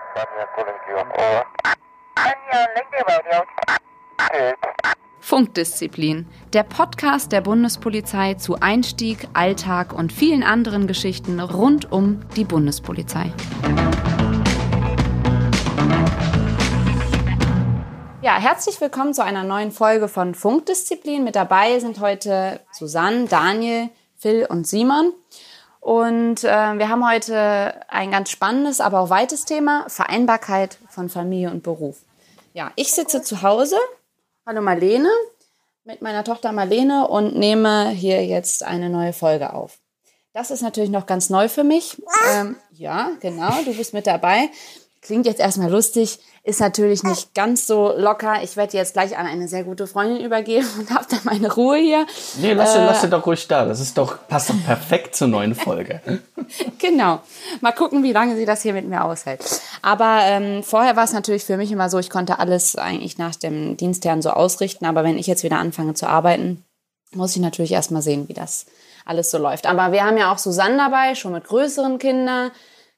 Funkdisziplin, der Podcast der Bundespolizei zu Einstieg, Alltag und vielen anderen Geschichten rund um die Bundespolizei. Ja, herzlich willkommen zu einer neuen Folge von Funkdisziplin. Mit dabei sind heute Susanne, Daniel, Phil und Simon. Und wir haben heute ein ganz spannendes, aber auch weites Thema, Vereinbarkeit von Familie und Beruf. Ja, ich sitze zu Hause, hallo Marlene, mit meiner Tochter Marlene und nehme hier jetzt eine neue Folge auf. Das ist natürlich noch ganz neu für mich. Ja, genau, du bist mit dabei. Klingt jetzt erstmal lustig, ist natürlich nicht ganz so locker. Ich werde jetzt gleich an eine sehr gute Freundin übergeben und habe dann meine Ruhe hier. Nee, lass sie doch ruhig da. Passt doch perfekt zur neuen Folge. Genau. Mal gucken, wie lange sie das hier mit mir aushält. Aber vorher war es natürlich für mich immer so, ich konnte alles eigentlich nach dem Dienstherrn so ausrichten. Aber wenn ich jetzt wieder anfange zu arbeiten, muss ich natürlich erstmal sehen, wie das alles so läuft. Aber wir haben ja auch Susanne dabei, schon mit größeren Kindern.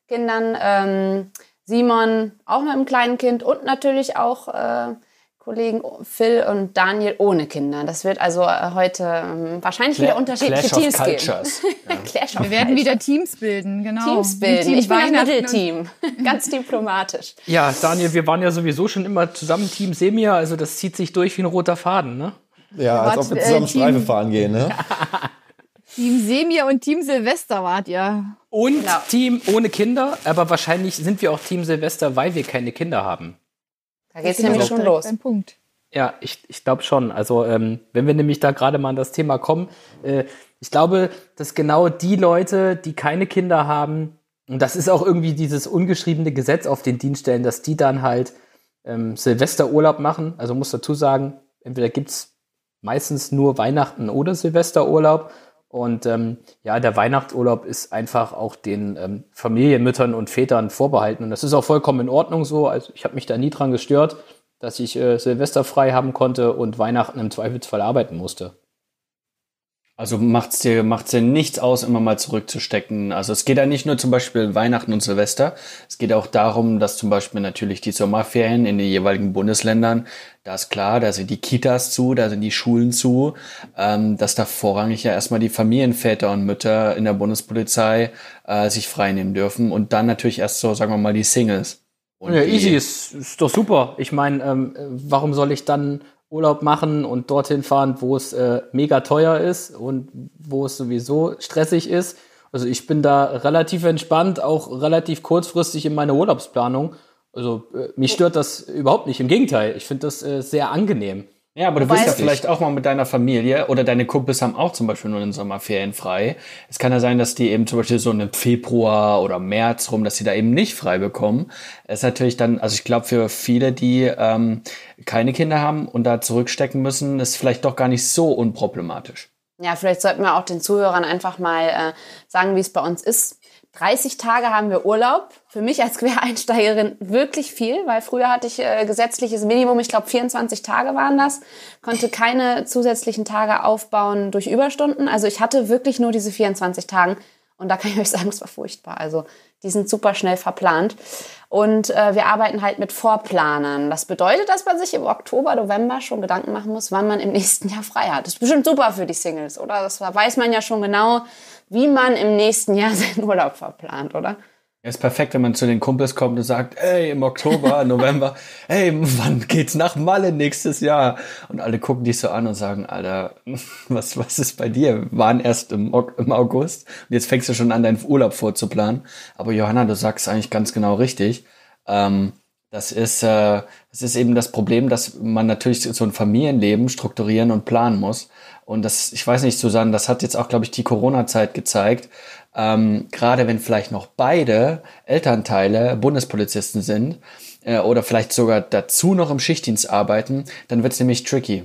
Simon auch mit einem kleinen Kind und natürlich auch Kollegen Phil und Daniel ohne Kinder. Das wird also heute wahrscheinlich wieder unterschiedliche Teams geben. Wir werden wieder Teams bilden, genau. Teams bilden. Team ich bin ein Mittelteam. Ganz diplomatisch. Ja, Daniel, wir waren ja sowieso schon immer zusammen Team Semia, also das zieht sich durch wie ein roter Faden, ne? Ja, als ob wir zusammen Streife fahren gehen, ne? Team Semia und Team Silvester wart ihr. Und genau. Team ohne Kinder, aber wahrscheinlich sind wir auch Team Silvester, weil wir keine Kinder haben. Da geht's nämlich schon los. Ein Punkt. Ja, ich glaube schon. Also wenn wir nämlich da gerade mal an das Thema kommen, ich glaube, dass genau die Leute, die keine Kinder haben, und das ist auch irgendwie dieses ungeschriebene Gesetz auf den Dienststellen, dass die dann halt Silvesterurlaub machen. Also muss dazu sagen, entweder gibt's meistens nur Weihnachten oder Silvesterurlaub. Und der Weihnachtsurlaub ist einfach auch den Familienmüttern und Vätern vorbehalten. Und das ist auch vollkommen in Ordnung so. Also ich habe mich da nie dran gestört, dass ich Silvester frei haben konnte und Weihnachten im Zweifelsfall arbeiten musste. Also macht's dir nichts aus, immer mal zurückzustecken. Also es geht ja nicht nur zum Beispiel Weihnachten und Silvester. Es geht auch darum, dass zum Beispiel natürlich die Sommerferien in den jeweiligen Bundesländern, da ist klar, da sind die Kitas zu, da sind die Schulen zu, dass da vorrangig ja erstmal die Familienväter und Mütter in der Bundespolizei sich freinehmen dürfen und dann natürlich erst so, sagen wir mal, die Singles. Und ja, easy, ist doch super. Ich meine, warum soll ich dann Urlaub machen und dorthin fahren, wo es mega teuer ist und wo es sowieso stressig ist. Also ich bin da relativ entspannt, auch relativ kurzfristig in meiner Urlaubsplanung. Also mich stört das überhaupt nicht, im Gegenteil. Ich finde das sehr angenehm. Ja, aber du bist ja vielleicht auch mal mit deiner Familie oder deine Kumpels haben auch zum Beispiel nur in den Sommerferien frei. Es kann ja sein, dass die eben zum Beispiel so im Februar oder März rum, dass die da eben nicht frei bekommen. Es ist natürlich dann, also ich glaube für viele, die keine Kinder haben und da zurückstecken müssen, ist vielleicht doch gar nicht so unproblematisch. Ja, vielleicht sollten wir auch den Zuhörern einfach mal sagen, wie es bei uns ist. 30 Tage haben wir Urlaub. Für mich als Quereinsteigerin wirklich viel, weil früher hatte ich gesetzliches Minimum, ich glaube 24 Tage waren das, konnte keine zusätzlichen Tage aufbauen durch Überstunden. Also ich hatte wirklich nur diese 24 Tage und da kann ich euch sagen, es war furchtbar. Also die sind super schnell verplant und wir arbeiten halt mit Vorplanern. Das bedeutet, dass man sich im Oktober, November schon Gedanken machen muss, wann man im nächsten Jahr frei hat. Das ist bestimmt super für die Singles, oder? Das weiß man ja schon genau, wie man im nächsten Jahr seinen Urlaub verplant, oder? Ja, ist perfekt, wenn man zu den Kumpels kommt und sagt, ey, im Oktober, November, ey, wann geht's nach Malle nächstes Jahr? Und alle gucken dich so an und sagen, Alter, was ist bei dir? Wir waren erst im August und jetzt fängst du schon an, deinen Urlaub vorzuplanen. Aber Johanna, du sagst eigentlich ganz genau richtig. Das ist eben das Problem, dass man natürlich so ein Familienleben strukturieren und planen muss. Und das, ich weiß nicht, Susanne, das hat jetzt auch, glaube ich, die Corona-Zeit gezeigt. Gerade wenn vielleicht noch beide Elternteile Bundespolizisten sind oder vielleicht sogar dazu noch im Schichtdienst arbeiten, dann wird's nämlich tricky.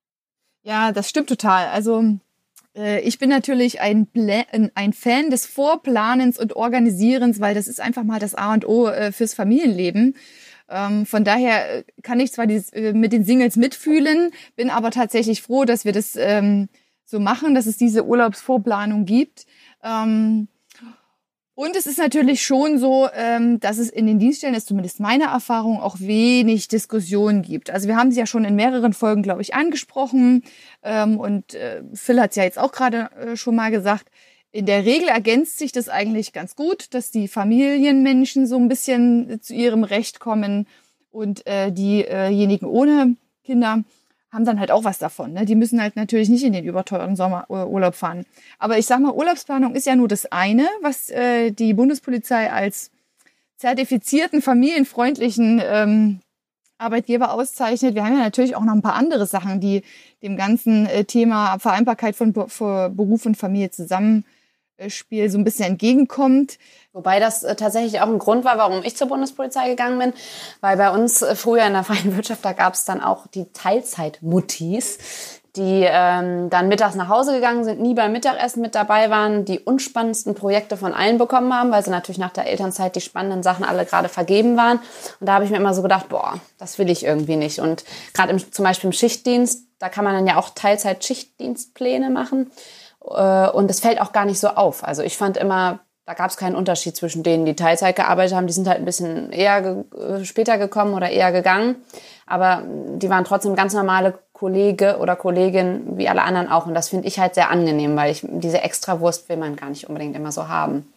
Ja, das stimmt total. Also ich bin natürlich ein Fan des Vorplanens und Organisierens, weil das ist einfach mal das A und O fürs Familienleben. Von daher kann ich zwar mit den Singles mitfühlen, bin aber tatsächlich froh, dass wir das so machen, dass es diese Urlaubsvorplanung gibt. Und es ist natürlich schon so, dass es in den Dienststellen, ist zumindest meine Erfahrung, auch wenig Diskussionen gibt. Also wir haben sie ja schon in mehreren Folgen, glaube ich, angesprochen. Und Phil hat es ja jetzt auch gerade schon mal gesagt. In der Regel ergänzt sich das eigentlich ganz gut, dass die Familienmenschen so ein bisschen zu ihrem Recht kommen und diejenigen ohne Kinder haben dann halt auch was davon. Ne? Die müssen halt natürlich nicht in den überteuerten Sommerurlaub fahren. Aber ich sag mal, Urlaubsplanung ist ja nur das eine, was die Bundespolizei als zertifizierten, familienfreundlichen Arbeitgeber auszeichnet. Wir haben ja natürlich auch noch ein paar andere Sachen, die dem ganzen Thema Vereinbarkeit von Beruf und Familie Zusammenspiel so ein bisschen entgegenkommt. Wobei das tatsächlich auch ein Grund war, warum ich zur Bundespolizei gegangen bin. Weil bei uns früher in der freien Wirtschaft, da gab es dann auch die Teilzeitmuttis, die dann mittags nach Hause gegangen sind, nie beim Mittagessen mit dabei waren, die unspannendsten Projekte von allen bekommen haben, weil sie natürlich nach der Elternzeit die spannenden Sachen alle gerade vergeben waren. Und da habe ich mir immer so gedacht, boah, das will ich irgendwie nicht. Und gerade zum Beispiel im Schichtdienst, da kann man dann ja auch Teilzeit-Schichtdienstpläne machen. Und es fällt auch gar nicht so auf. Also ich fand immer, da gab es keinen Unterschied zwischen denen, die Teilzeit gearbeitet haben. Die sind halt ein bisschen eher später gekommen oder eher gegangen. Aber die waren trotzdem ganz normale Kollege oder Kollegin wie alle anderen auch. Und das finde ich halt sehr angenehm, weil diese Extrawurst will man gar nicht unbedingt immer so haben.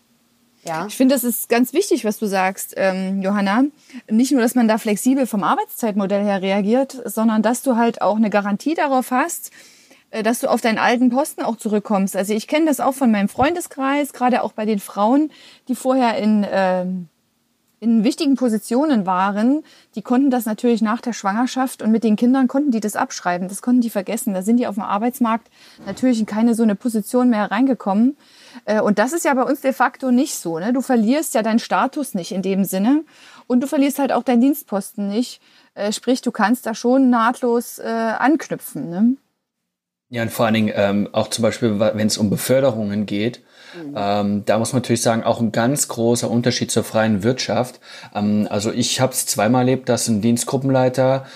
Ja. Ich finde, das ist ganz wichtig, was du sagst, Johanna. Nicht nur, dass man da flexibel vom Arbeitszeitmodell her reagiert, sondern dass du halt auch eine Garantie darauf hast, dass du auf deinen alten Posten auch zurückkommst. Also ich kenne das auch von meinem Freundeskreis, gerade auch bei den Frauen, die vorher in wichtigen Positionen waren. Die konnten das natürlich nach der Schwangerschaft und mit den Kindern konnten die das abschreiben. Das konnten die vergessen. Da sind die auf dem Arbeitsmarkt natürlich in keine so eine Position mehr reingekommen. Und das ist ja bei uns de facto nicht so. Ne? Du verlierst ja deinen Status nicht in dem Sinne und du verlierst halt auch deinen Dienstposten nicht. Sprich, du kannst da schon nahtlos anknüpfen. Ne? Ja, und vor allen Dingen auch zum Beispiel, wenn es um Beförderungen geht, da muss man natürlich sagen, auch ein ganz großer Unterschied zur freien Wirtschaft. Also ich habe es zweimal erlebt, dass ein Dienstgruppenleiter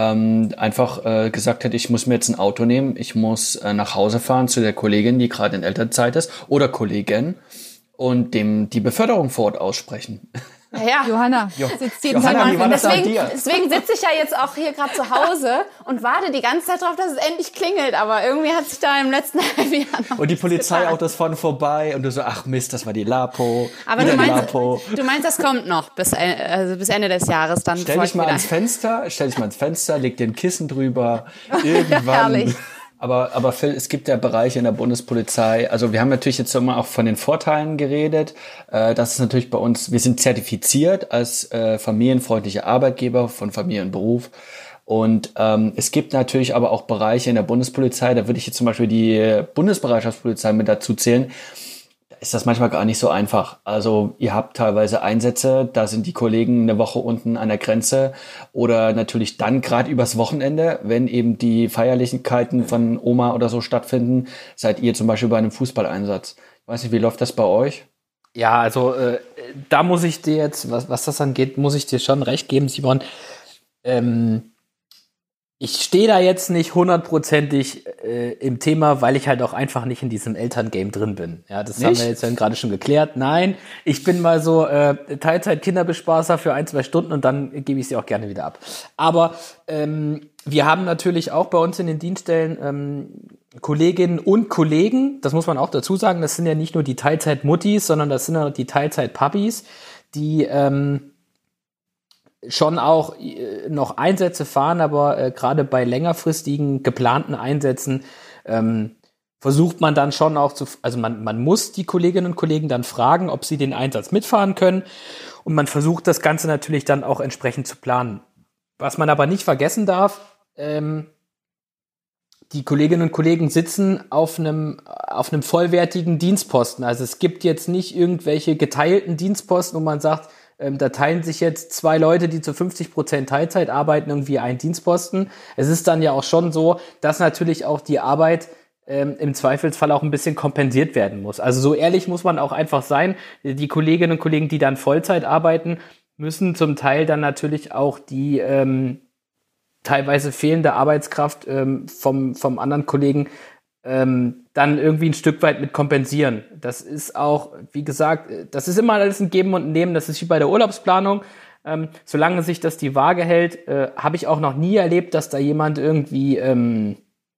einfach gesagt hat, ich muss mir jetzt ein Auto nehmen, ich muss nach Hause fahren zu der Kollegin, die gerade in Elternzeit ist, oder Kollegin, und dem die Beförderung vor Ort aussprechen. Ja, Johanna sitzt jeden Tag wie war das an dir? Deswegen sitze ich ja jetzt auch hier gerade zu Hause und warte die ganze Zeit drauf, dass es endlich klingelt. Aber irgendwie hat sich da im letzten halben Jahr noch und die Polizeiautos fahren vorbei und du so, ach Mist, das war die Lapo. Aber du meinst, das kommt noch bis Ende des Jahres. Dann stell dich mal ans Fenster, leg dir ein Kissen drüber. Irgendwann. Herrlich. Aber Phil, es gibt ja Bereiche in der Bundespolizei, also wir haben natürlich jetzt immer auch von den Vorteilen geredet, das ist natürlich bei uns, wir sind zertifiziert als familienfreundliche Arbeitgeber von Familie und Beruf und es gibt natürlich aber auch Bereiche in der Bundespolizei, da würde ich jetzt zum Beispiel die Bundesbereitschaftspolizei mit dazu zählen, ist das manchmal gar nicht so einfach. Also ihr habt teilweise Einsätze, da sind die Kollegen eine Woche unten an der Grenze oder natürlich dann gerade übers Wochenende, wenn eben die Feierlichkeiten von Oma oder so stattfinden, seid ihr zum Beispiel bei einem Fußballeinsatz. Ich weiß nicht, wie läuft das bei euch? Ja, also da muss ich dir jetzt, was das angeht, muss ich dir schon recht geben, Simon. Ich stehe da jetzt nicht hundertprozentig im Thema, weil ich halt auch einfach nicht in diesem Elterngame drin bin. Ja, das haben wir jetzt gerade schon geklärt. Nein, ich bin mal so Teilzeit-Kinderbespaßer für 1-2 Stunden und dann gebe ich sie auch gerne wieder ab. Aber wir haben natürlich auch bei uns in den Dienststellen Kolleginnen und Kollegen, das muss man auch dazu sagen, das sind ja nicht nur die Teilzeit-Muttis, sondern das sind ja die Teilzeit-Papis, die schon auch noch Einsätze fahren, aber gerade bei längerfristigen geplanten Einsätzen versucht man dann schon auch also man muss die Kolleginnen und Kollegen dann fragen, ob sie den Einsatz mitfahren können und man versucht das Ganze natürlich dann auch entsprechend zu planen. Was man aber nicht vergessen darf, die Kolleginnen und Kollegen sitzen auf einem vollwertigen Dienstposten. Also es gibt jetzt nicht irgendwelche geteilten Dienstposten, wo man sagt, da teilen sich jetzt 2 Leute, die zu 50% Teilzeit arbeiten, irgendwie einen Dienstposten. Es ist dann ja auch schon so, dass natürlich auch die Arbeit im Zweifelsfall auch ein bisschen kompensiert werden muss. Also so ehrlich muss man auch einfach sein. Die Kolleginnen und Kollegen, die dann Vollzeit arbeiten, müssen zum Teil dann natürlich auch die teilweise fehlende Arbeitskraft vom anderen Kollegen dann irgendwie ein Stück weit mit kompensieren. Das ist auch, wie gesagt, das ist immer alles ein Geben und Nehmen. Das ist wie bei der Urlaubsplanung. Solange sich das die Waage hält, habe ich auch noch nie erlebt, dass da jemand irgendwie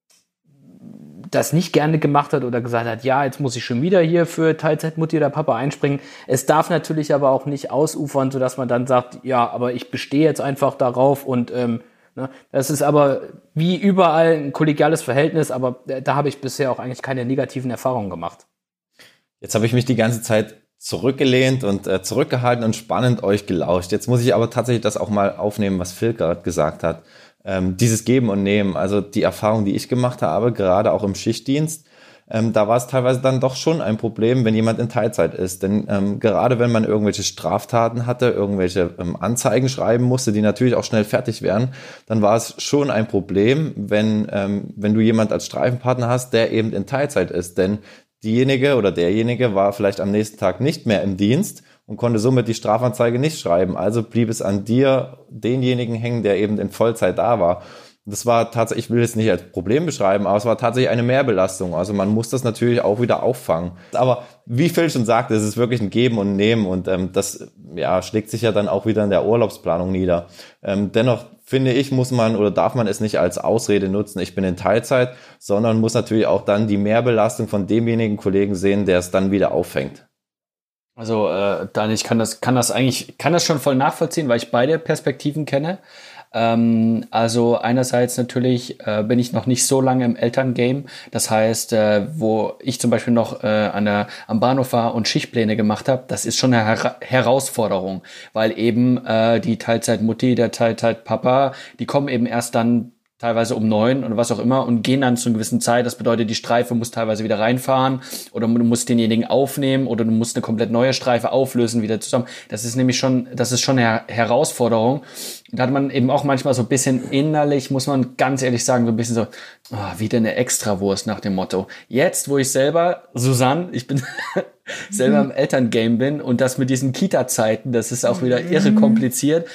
das nicht gerne gemacht hat oder gesagt hat, ja, jetzt muss ich schon wieder hier für Teilzeitmutti oder Papa einspringen. Es darf natürlich aber auch nicht ausufern, sodass man dann sagt, ja, aber ich bestehe jetzt einfach darauf und das ist aber wie überall ein kollegiales Verhältnis, aber da habe ich bisher auch eigentlich keine negativen Erfahrungen gemacht. Jetzt habe ich mich die ganze Zeit zurückgelehnt und zurückgehalten und spannend euch gelauscht. Jetzt muss ich aber tatsächlich das auch mal aufnehmen, was Phil gerade gesagt hat. Dieses Geben und Nehmen, also die Erfahrung, die ich gemacht habe, gerade auch im Schichtdienst, da war es teilweise dann doch schon ein Problem, wenn jemand in Teilzeit ist. Denn gerade wenn man irgendwelche Straftaten hatte, irgendwelche Anzeigen schreiben musste, die natürlich auch schnell fertig wären, dann war es schon ein Problem, wenn du jemand als Streifenpartner hast, der eben in Teilzeit ist. Denn diejenige oder derjenige war vielleicht am nächsten Tag nicht mehr im Dienst und konnte somit die Strafanzeige nicht schreiben. Also blieb es an dir, denjenigen hängen, der eben in Vollzeit da war. Das war tatsächlich, ich will es nicht als Problem beschreiben, aber es war tatsächlich eine Mehrbelastung. Also man muss das natürlich auch wieder auffangen. Aber wie Phil schon sagte, es ist wirklich ein Geben und Nehmen und das schlägt sich ja dann auch wieder in der Urlaubsplanung nieder. Dennoch finde ich, muss man oder darf man es nicht als Ausrede nutzen, ich bin in Teilzeit, sondern muss natürlich auch dann die Mehrbelastung von demjenigen Kollegen sehen, der es dann wieder auffängt. Also Daniel, ich kann das schon voll nachvollziehen, weil ich beide Perspektiven kenne. Also einerseits natürlich bin ich noch nicht so lange im Elterngame. Das heißt, wo ich zum Beispiel noch am Bahnhof war und Schichtpläne gemacht habe, das ist schon eine Herausforderung, weil eben die Teilzeitmutti, der Teilzeitpapa, die kommen eben erst dann teilweise um 9 oder was auch immer und gehen dann zu einer gewissen Zeit. Das bedeutet, die Streife muss teilweise wieder reinfahren oder du musst denjenigen aufnehmen oder du musst eine komplett neue Streife auflösen, wieder zusammen. Das ist schon eine Herausforderung. Da hat man eben auch manchmal so ein bisschen innerlich, muss man ganz ehrlich sagen, so ein bisschen so, wieder eine Extrawurst nach dem Motto. Jetzt, wo ich selber, Susanne, ich bin selber im Elterngame bin und das mit diesen Kita-Zeiten, das ist auch wieder irre kompliziert.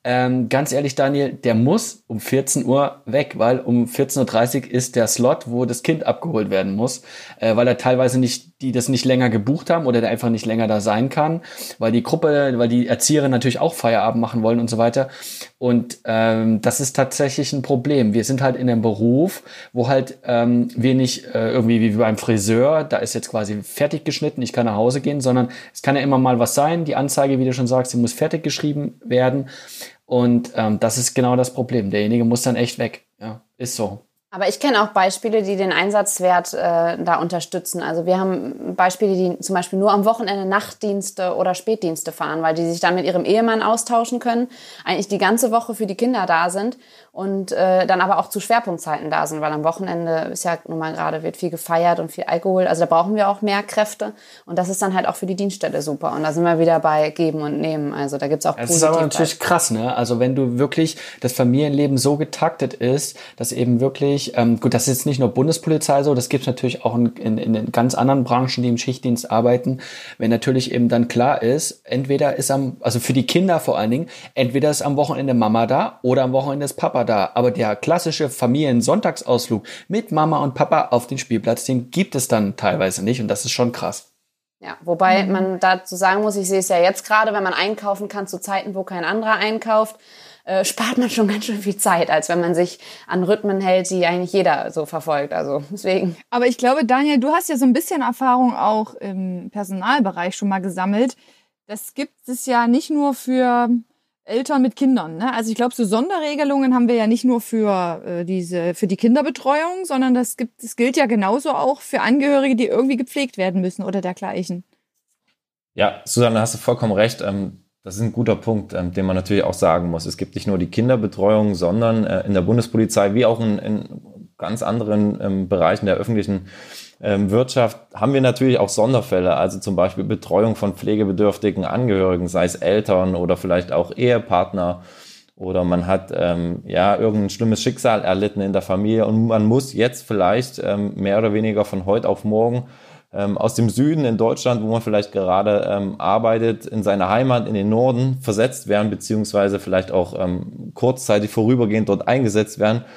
Ganz ehrlich, Daniel, der muss um 14 Uhr weg, weil um 14.30 Uhr ist der Slot, wo das Kind abgeholt werden muss, weil er teilweise die das nicht länger gebucht haben oder der einfach nicht länger da sein kann, weil die Erzieher natürlich auch Feierabend machen wollen und so weiter. Und das ist tatsächlich ein Problem. Wir sind halt in einem Beruf, wo halt wir nicht irgendwie wie beim Friseur, da ist jetzt quasi fertig geschnitten, ich kann nach Hause gehen, sondern es kann ja immer mal was sein. Die Anzeige, wie du schon sagst, die muss fertig geschrieben werden. Und das ist genau das Problem. Derjenige muss dann echt weg. Ja, ist so. Aber ich kenne auch Beispiele, die den Einsatzwert da unterstützen. Also wir haben Beispiele, die zum Beispiel nur am Wochenende Nachtdienste oder Spätdienste fahren, weil die sich dann mit ihrem Ehemann austauschen können, eigentlich die ganze Woche für die Kinder da sind und dann aber auch zu Schwerpunktzeiten da sind, weil am Wochenende ist ja nun mal gerade, wird viel gefeiert und viel Alkohol. Also da brauchen wir auch mehr Kräfte und das ist dann halt auch für die Dienststelle super. Und da sind wir wieder bei Geben und Nehmen. Also da gibt's auch positive. Das ist aber natürlich krass, ne? Also wenn du wirklich das Familienleben so getaktet ist, dass eben wirklich gut, das ist jetzt nicht nur Bundespolizei so, das gibt es natürlich auch in ganz anderen Branchen, die im Schichtdienst arbeiten, wenn natürlich eben dann klar ist, entweder ist also für die Kinder vor allen Dingen, entweder ist am Wochenende Mama da oder am Wochenende ist Papa da. Aber der klassische Familiensonntagsausflug mit Mama und Papa auf den Spielplatz, den gibt es dann teilweise nicht und das ist schon krass. Ja, wobei man dazu sagen muss, ich sehe es ja jetzt gerade, wenn man einkaufen kann zu Zeiten, wo kein anderer einkauft, spart man schon ganz schön viel Zeit, als wenn man sich an Rhythmen hält, die eigentlich jeder so verfolgt. Also deswegen. Aber ich glaube, Daniel, du hast ja so ein bisschen Erfahrung auch im Personalbereich schon mal gesammelt. Das gibt es ja nicht nur für Eltern mit Kindern, ne? Also ich glaube, so Sonderregelungen haben wir ja nicht nur für die Kinderbetreuung, sondern das gilt ja genauso auch für Angehörige, die irgendwie gepflegt werden müssen oder dergleichen. Ja, Susanne, hast du vollkommen recht. Das ist ein guter Punkt, den man natürlich auch sagen muss. Es gibt nicht nur die Kinderbetreuung, sondern in der Bundespolizei wie auch in ganz anderen Bereichen der öffentlichen Wirtschaft haben wir natürlich auch Sonderfälle, also zum Beispiel Betreuung von pflegebedürftigen Angehörigen, sei es Eltern oder vielleicht auch Ehepartner oder man hat irgendein schlimmes Schicksal erlitten in der Familie und man muss jetzt vielleicht mehr oder weniger von heute auf morgen aus dem Süden in Deutschland, wo man vielleicht gerade arbeitet, in seine Heimat, in den Norden versetzt werden, beziehungsweise vielleicht auch kurzzeitig vorübergehend dort eingesetzt werden,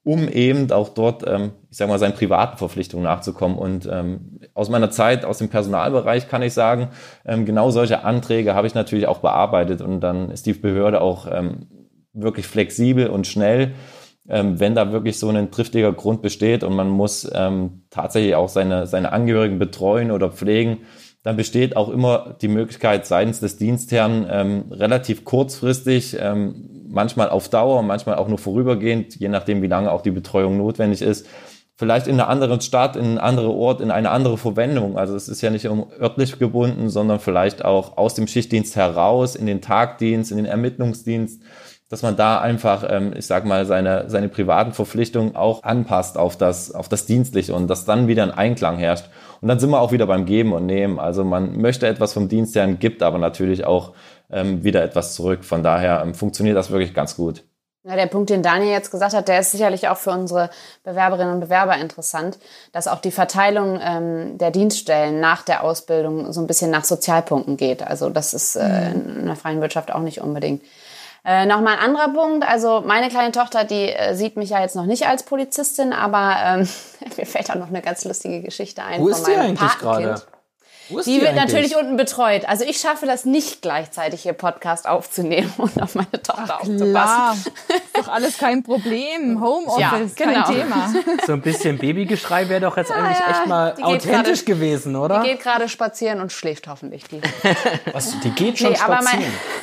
um eben auch dort, ich sag mal, seinen privaten Verpflichtungen nachzukommen. Und aus meiner Zeit, aus dem Personalbereich kann ich sagen, genau solche Anträge habe ich natürlich auch bearbeitet. Und dann ist die Behörde auch wirklich flexibel und schnell, wenn da wirklich so ein triftiger Grund besteht und man muss tatsächlich auch seine Angehörigen betreuen oder pflegen, dann besteht auch immer die Möglichkeit seitens des Dienstherrn relativ kurzfristig, manchmal auf Dauer, manchmal auch nur vorübergehend, je nachdem wie lange auch die Betreuung notwendig ist, vielleicht in einer anderen Stadt, in einen anderen Ort, in eine andere Verwendung. Also es ist ja nicht örtlich gebunden, sondern vielleicht auch aus dem Schichtdienst heraus, in den Tagdienst, in den Ermittlungsdienst, dass man da einfach, ich sag mal, seine privaten Verpflichtungen auch anpasst auf das Dienstliche und dass dann wieder ein Einklang herrscht. Und dann sind wir auch wieder beim Geben und Nehmen. Also man möchte etwas vom Dienstherrn, gibt aber natürlich auch wieder etwas zurück. Von daher funktioniert das wirklich ganz gut. Ja, der Punkt, den Daniel jetzt gesagt hat, der ist sicherlich auch für unsere Bewerberinnen und Bewerber interessant, dass auch die Verteilung der Dienststellen nach der Ausbildung so ein bisschen nach Sozialpunkten geht. Also das ist in der freien Wirtschaft auch nicht unbedingt. Nochmal ein anderer Punkt, also meine kleine Tochter, die sieht mich ja jetzt noch nicht als Polizistin, aber mir fällt auch noch eine ganz lustige Geschichte ein. Wo ist die eigentlich gerade? Die wird natürlich unten betreut. Also ich schaffe das nicht gleichzeitig, hier Podcast aufzunehmen und auf meine Tochter aufzupassen. Klar, ist doch alles kein Problem. Homeoffice, Ja, genau. kein Thema. So ein bisschen Babygeschrei wäre doch jetzt eigentlich echt mal authentisch gewesen, oder? Die geht gerade spazieren und schläft hoffentlich. Die Die geht schon spazieren.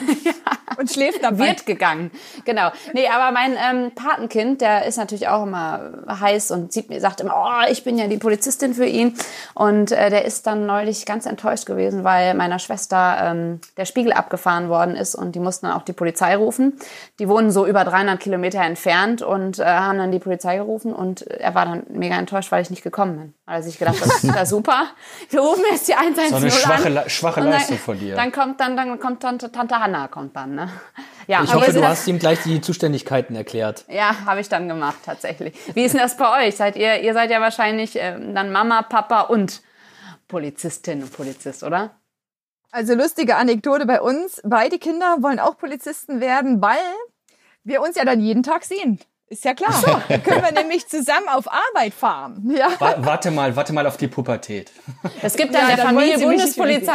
Und schläft dabei. Wird gegangen, genau. Nee, aber mein Patenkind, der ist natürlich auch immer heiß und sagt immer, oh, ich bin ja die Polizistin für ihn. Und der ist dann neulich ganz enttäuscht gewesen, weil meiner Schwester der Spiegel abgefahren worden ist und die mussten dann auch die Polizei rufen. Die wohnen so über 300 Kilometer entfernt und haben dann die Polizei gerufen und er war dann mega enttäuscht, weil ich nicht gekommen bin. Weil er sich gedacht hat, das ist ja super, wir rufen jetzt die 110 So eine an. schwache Und Leistung von dir. Dann kommt Tante Hanna kommt dann, ne? Ja, Ich aber hoffe, wir sind du hast ihm gleich die Zuständigkeiten erklärt. Ja, habe ich dann gemacht, tatsächlich. Wie ist denn das bei euch? Ihr seid ja wahrscheinlich dann Mama, Papa und Polizistin und Polizist, oder? Also lustige Anekdote bei uns. Beide Kinder wollen auch Polizisten werden, weil wir uns ja dann jeden Tag sehen. Ist ja klar. Dann können wir nämlich zusammen auf Arbeit fahren. Ja. Warte mal auf die Pubertät. Es gibt dann Ja, der dann wollen Sie mich nicht Familienbundespolizei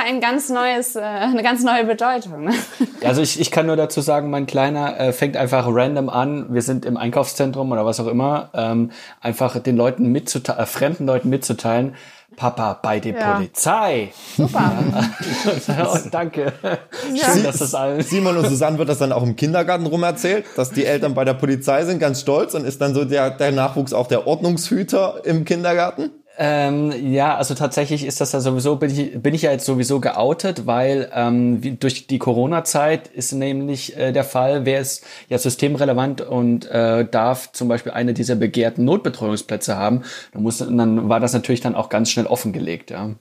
eine ganz neue Bedeutung. Ne? Also ich kann nur dazu sagen, mein Kleiner fängt einfach random an. Wir sind im Einkaufszentrum oder was auch immer, einfach den Leuten fremden Leuten mitzuteilen, Papa, bei der Polizei. Super. Oh, danke. Schön, dass das alles... Simon und Susanne wird das dann auch im Kindergarten rum erzählt, dass die Eltern bei der Polizei sind, ganz stolz, und ist dann so der Nachwuchs auch der Ordnungshüter im Kindergarten? Ja, also tatsächlich ist das ja sowieso, bin ich ja jetzt sowieso geoutet, weil durch die Corona-Zeit ist nämlich der Fall, wer ist ja systemrelevant und darf zum Beispiel eine dieser begehrten Notbetreuungsplätze haben, dann war das natürlich dann auch ganz schnell offengelegt, ja.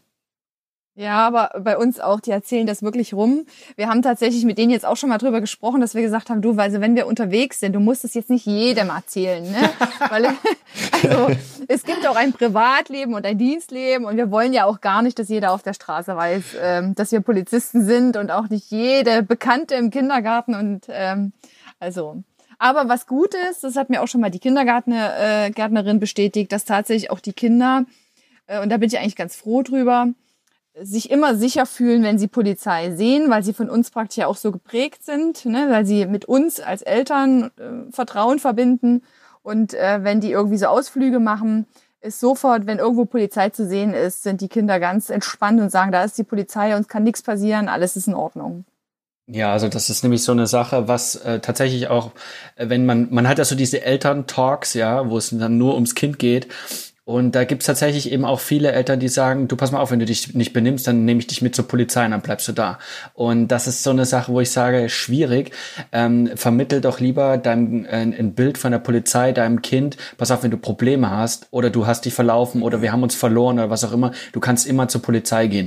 Ja, aber bei uns auch, die erzählen das wirklich rum. Wir haben tatsächlich mit denen jetzt auch schon mal drüber gesprochen, dass wir gesagt haben, also wenn wir unterwegs sind, du musst es jetzt nicht jedem erzählen, ne? Weil, also, es gibt auch ein Privatleben und ein Dienstleben und wir wollen ja auch gar nicht, dass jeder auf der Straße weiß, dass wir Polizisten sind und auch nicht jede Bekannte im Kindergarten und, aber was gut ist, das hat mir auch schon mal die Kindergärtnerin bestätigt, dass tatsächlich auch die Kinder, und da bin ich eigentlich ganz froh drüber, sich immer sicher fühlen, wenn sie Polizei sehen, weil sie von uns praktisch ja auch so geprägt sind, ne? Weil sie mit uns als Eltern Vertrauen verbinden. Und wenn die irgendwie so Ausflüge machen, ist sofort, wenn irgendwo Polizei zu sehen ist, sind die Kinder ganz entspannt und sagen, da ist die Polizei, uns kann nichts passieren, alles ist in Ordnung. Ja, also das ist nämlich so eine Sache, was tatsächlich auch, wenn man hat ja so diese Eltern-Talks, ja, wo es dann nur ums Kind geht. Und da gibt's tatsächlich eben auch viele Eltern, die sagen, du pass mal auf, wenn du dich nicht benimmst, dann nehme ich dich mit zur Polizei und dann bleibst du da. Und das ist so eine Sache, wo ich sage, schwierig. Vermittel doch lieber ein Bild von der Polizei deinem Kind. Pass auf, wenn du Probleme hast oder du hast dich verlaufen oder wir haben uns verloren oder was auch immer, du kannst immer zur Polizei gehen.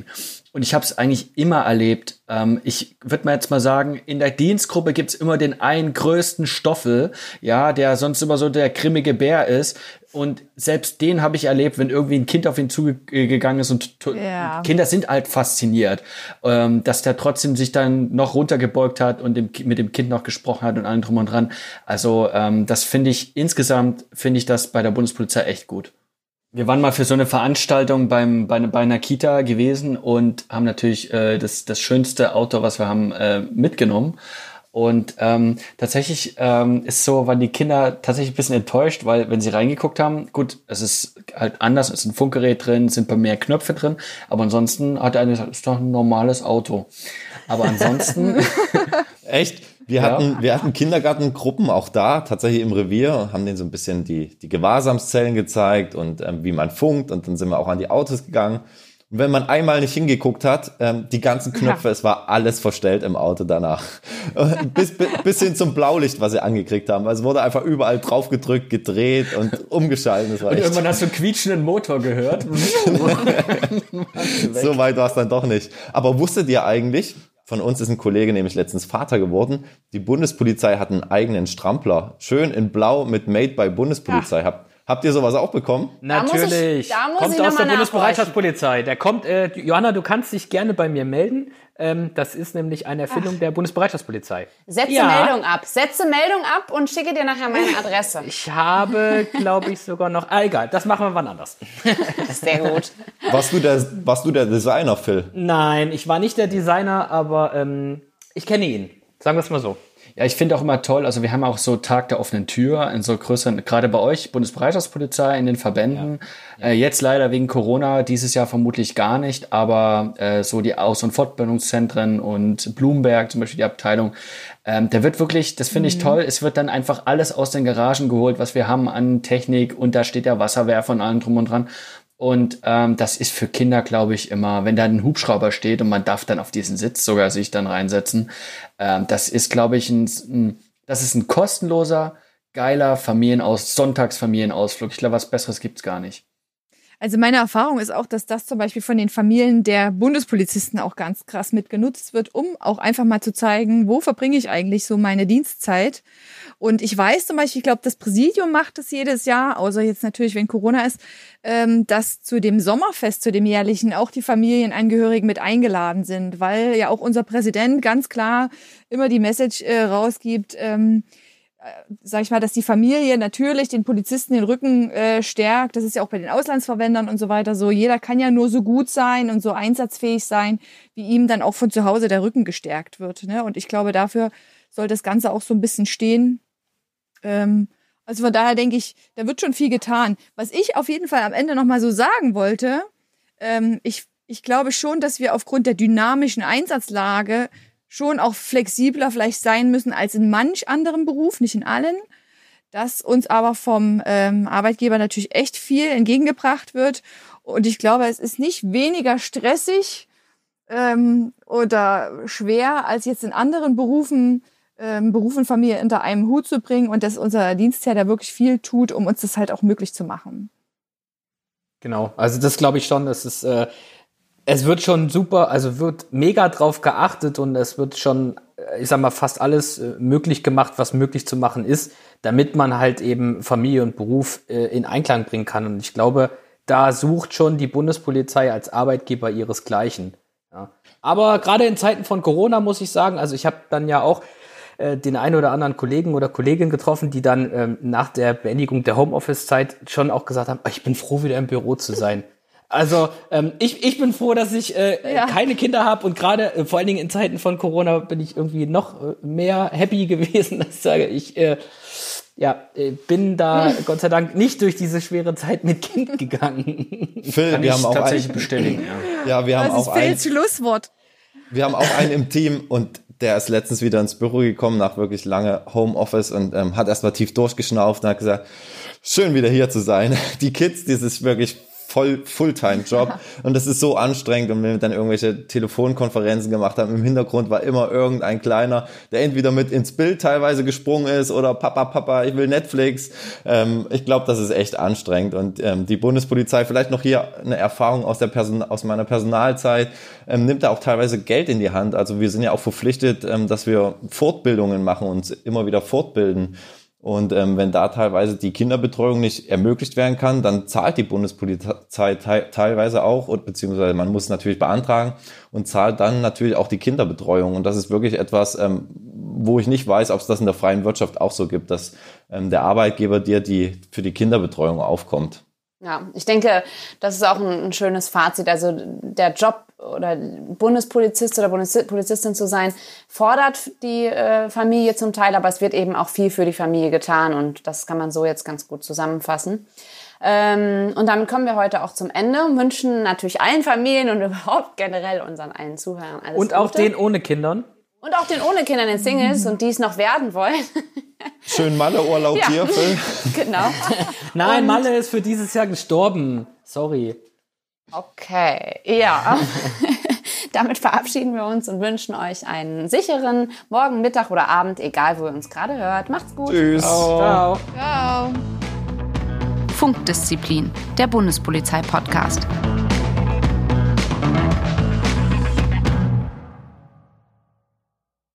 Und ich habe es eigentlich immer erlebt. Ich würde mal jetzt mal sagen, in der Dienstgruppe gibt's immer den einen größten Stoffel, ja, der sonst immer so der grimmige Bär ist. Und selbst den habe ich erlebt, wenn irgendwie ein Kind auf ihn zugegangen ist und Kinder sind halt fasziniert, dass der trotzdem sich dann noch runtergebeugt hat und mit dem Kind noch gesprochen hat und allem drum und dran. Also das insgesamt finde ich das bei der Bundespolizei echt gut. Wir waren mal für so eine Veranstaltung bei einer Kita gewesen und haben natürlich das schönste Auto, was wir haben, mitgenommen. Und tatsächlich ist so, waren die Kinder tatsächlich ein bisschen enttäuscht, weil wenn sie reingeguckt haben, gut, es ist halt anders, es ist ein Funkgerät drin, sind ein paar mehr Knöpfe drin, aber ansonsten hat er gesagt, ist doch ein normales Auto. Aber ansonsten... Echt? Wir hatten Kindergartengruppen auch da, tatsächlich im Revier, und haben denen so ein bisschen die Gewahrsamszellen gezeigt und wie man funkt, und dann sind wir auch an die Autos gegangen. Und wenn man einmal nicht hingeguckt hat, die ganzen Knöpfe, es war alles verstellt im Auto danach. bis hin zum Blaulicht, was sie angekriegt haben. Also wurde einfach überall drauf gedrückt, gedreht und umgeschaltet. Das war und irgendwann hast du einen quietschenden Motor gehört. So weit war es dann doch nicht. Aber wusstet ihr eigentlich, von uns ist ein Kollege nämlich letztens Vater geworden, die Bundespolizei hat einen eigenen Strampler. Schön in Blau mit Made by Bundespolizei. Habt ihr sowas auch bekommen? Natürlich. Kommt aus der Bundesbereitschaftspolizei. Der kommt, Johanna, du kannst dich gerne bei mir melden. Das ist nämlich eine Erfindung der Bundesbereitschaftspolizei. Setze Meldung ab und schicke dir nachher meine Adresse. Ich habe, glaube ich, sogar noch... egal, das machen wir wann anders. Sehr gut. Warst du der Designer, Phil? Nein, ich war nicht der Designer, aber ich kenne ihn. Sagen wir es mal so. Ja, ich finde auch immer toll, also wir haben auch so Tag der offenen Tür in so größeren, gerade bei euch, Bundesbereitschaftspolizei in den Verbänden. Ja. Jetzt leider wegen Corona, dieses Jahr vermutlich gar nicht, aber so die Aus- und Fortbildungszentren und Bloomberg, zum Beispiel die Abteilung, da wird wirklich, das finde ich toll, es wird dann einfach alles aus den Garagen geholt, was wir haben an Technik, und da steht der Wasserwerfer und allem drum und dran. Und das ist für Kinder, glaube ich, immer, wenn da ein Hubschrauber steht und man darf dann auf diesen Sitz sogar sich dann reinsetzen, das ist, glaube ich, das ist ein kostenloser, geiler Sonntagsfamilienausflug. Ich glaube, was Besseres gibt's gar nicht. Also meine Erfahrung ist auch, dass das zum Beispiel von den Familien der Bundespolizisten auch ganz krass mitgenutzt wird, um auch einfach mal zu zeigen, wo verbringe ich eigentlich so meine Dienstzeit. Und ich weiß zum Beispiel, ich glaube, das Präsidium macht das jedes Jahr, außer jetzt natürlich, wenn Corona ist, dass zu dem Sommerfest, zu dem jährlichen, auch die Familienangehörigen mit eingeladen sind, weil ja auch unser Präsident ganz klar immer die Message rausgibt, sag ich mal, dass die Familie natürlich den Polizisten den Rücken stärkt. Das ist ja auch bei den Auslandsverwendern und so weiter so. Jeder kann ja nur so gut sein und so einsatzfähig sein, wie ihm dann auch von zu Hause der Rücken gestärkt wird. Ne? Und ich glaube, dafür soll das Ganze auch so ein bisschen stehen. Also von daher denke ich, da wird schon viel getan. Was ich auf jeden Fall am Ende nochmal so sagen wollte, ich glaube schon, dass wir aufgrund der dynamischen Einsatzlage schon auch flexibler vielleicht sein müssen als in manch anderem Beruf, nicht in allen, dass uns aber vom Arbeitgeber natürlich echt viel entgegengebracht wird. Und ich glaube, es ist nicht weniger stressig oder schwer, als jetzt in anderen Berufen, Beruf und Familie unter einem Hut zu bringen, und dass unser Dienstherr da wirklich viel tut, um uns das halt auch möglich zu machen. Genau, also das glaube ich schon, das ist... Es wird schon super, also wird mega drauf geachtet, und es wird schon, ich sag mal, fast alles möglich gemacht, was möglich zu machen ist, damit man halt eben Familie und Beruf in Einklang bringen kann. Und ich glaube, da sucht schon die Bundespolizei als Arbeitgeber ihresgleichen. Ja. Aber gerade in Zeiten von Corona muss ich sagen, also ich habe dann ja auch den einen oder anderen Kollegen oder Kollegin getroffen, die dann nach der Beendigung der Homeoffice-Zeit schon auch gesagt haben, ich bin froh, wieder im Büro zu sein. Also ich bin froh, dass ich keine Kinder habe, und gerade vor allen Dingen in Zeiten von Corona bin ich irgendwie noch mehr happy gewesen, dass ich sage, ich bin da Gott sei Dank nicht durch diese schwere Zeit mit Kind gegangen. Phil, wir haben auch tatsächlich bestätigen. Ja, wir haben auch ein Schlusswort. Wir haben auch einen im Team, und der ist letztens wieder ins Büro gekommen nach wirklich lange Homeoffice und hat erstmal tief durchgeschnauft und hat gesagt, schön wieder hier zu sein. Die Kids, die sich wirklich Fulltime-Job und das ist so anstrengend und wenn wir dann irgendwelche Telefonkonferenzen gemacht haben, im Hintergrund war immer irgendein Kleiner, der entweder mit ins Bild teilweise gesprungen ist oder Papa, ich will Netflix. Ich glaube, das ist echt anstrengend und die Bundespolizei, vielleicht noch hier eine Erfahrung aus meiner Personalzeit, nimmt da auch teilweise Geld in die Hand. Also wir sind ja auch verpflichtet, dass wir Fortbildungen machen und immer wieder fortbilden. Und wenn da teilweise die Kinderbetreuung nicht ermöglicht werden kann, dann zahlt die Bundespolizei teilweise auch, beziehungsweise man muss natürlich beantragen und zahlt dann natürlich auch die Kinderbetreuung. Und das ist wirklich etwas, wo ich nicht weiß, ob es das in der freien Wirtschaft auch so gibt, dass der Arbeitgeber dir für die Kinderbetreuung aufkommt. Ja, ich denke, das ist auch ein schönes Fazit. Also der Job oder Bundespolizist oder Bundespolizistin zu sein, fordert die Familie zum Teil, aber es wird eben auch viel für die Familie getan und das kann man so jetzt ganz gut zusammenfassen. Und damit kommen wir heute auch zum Ende und wünschen natürlich allen Familien und überhaupt generell unseren allen Zuhörern alles Gute. Und auch den ohne Kindern. Und auch den ohne Kindern, den Singles und die es noch werden wollen. Schön Malle-Urlaub hier, Phil. Genau. Nein, Malle ist für dieses Jahr gestorben. Sorry. Okay, ja. Damit verabschieden wir uns und wünschen euch einen sicheren Morgen, Mittag oder Abend, egal wo ihr uns gerade hört. Macht's gut. Tschüss. Ciao. Ciao. Funkdisziplin, der Bundespolizei-Podcast.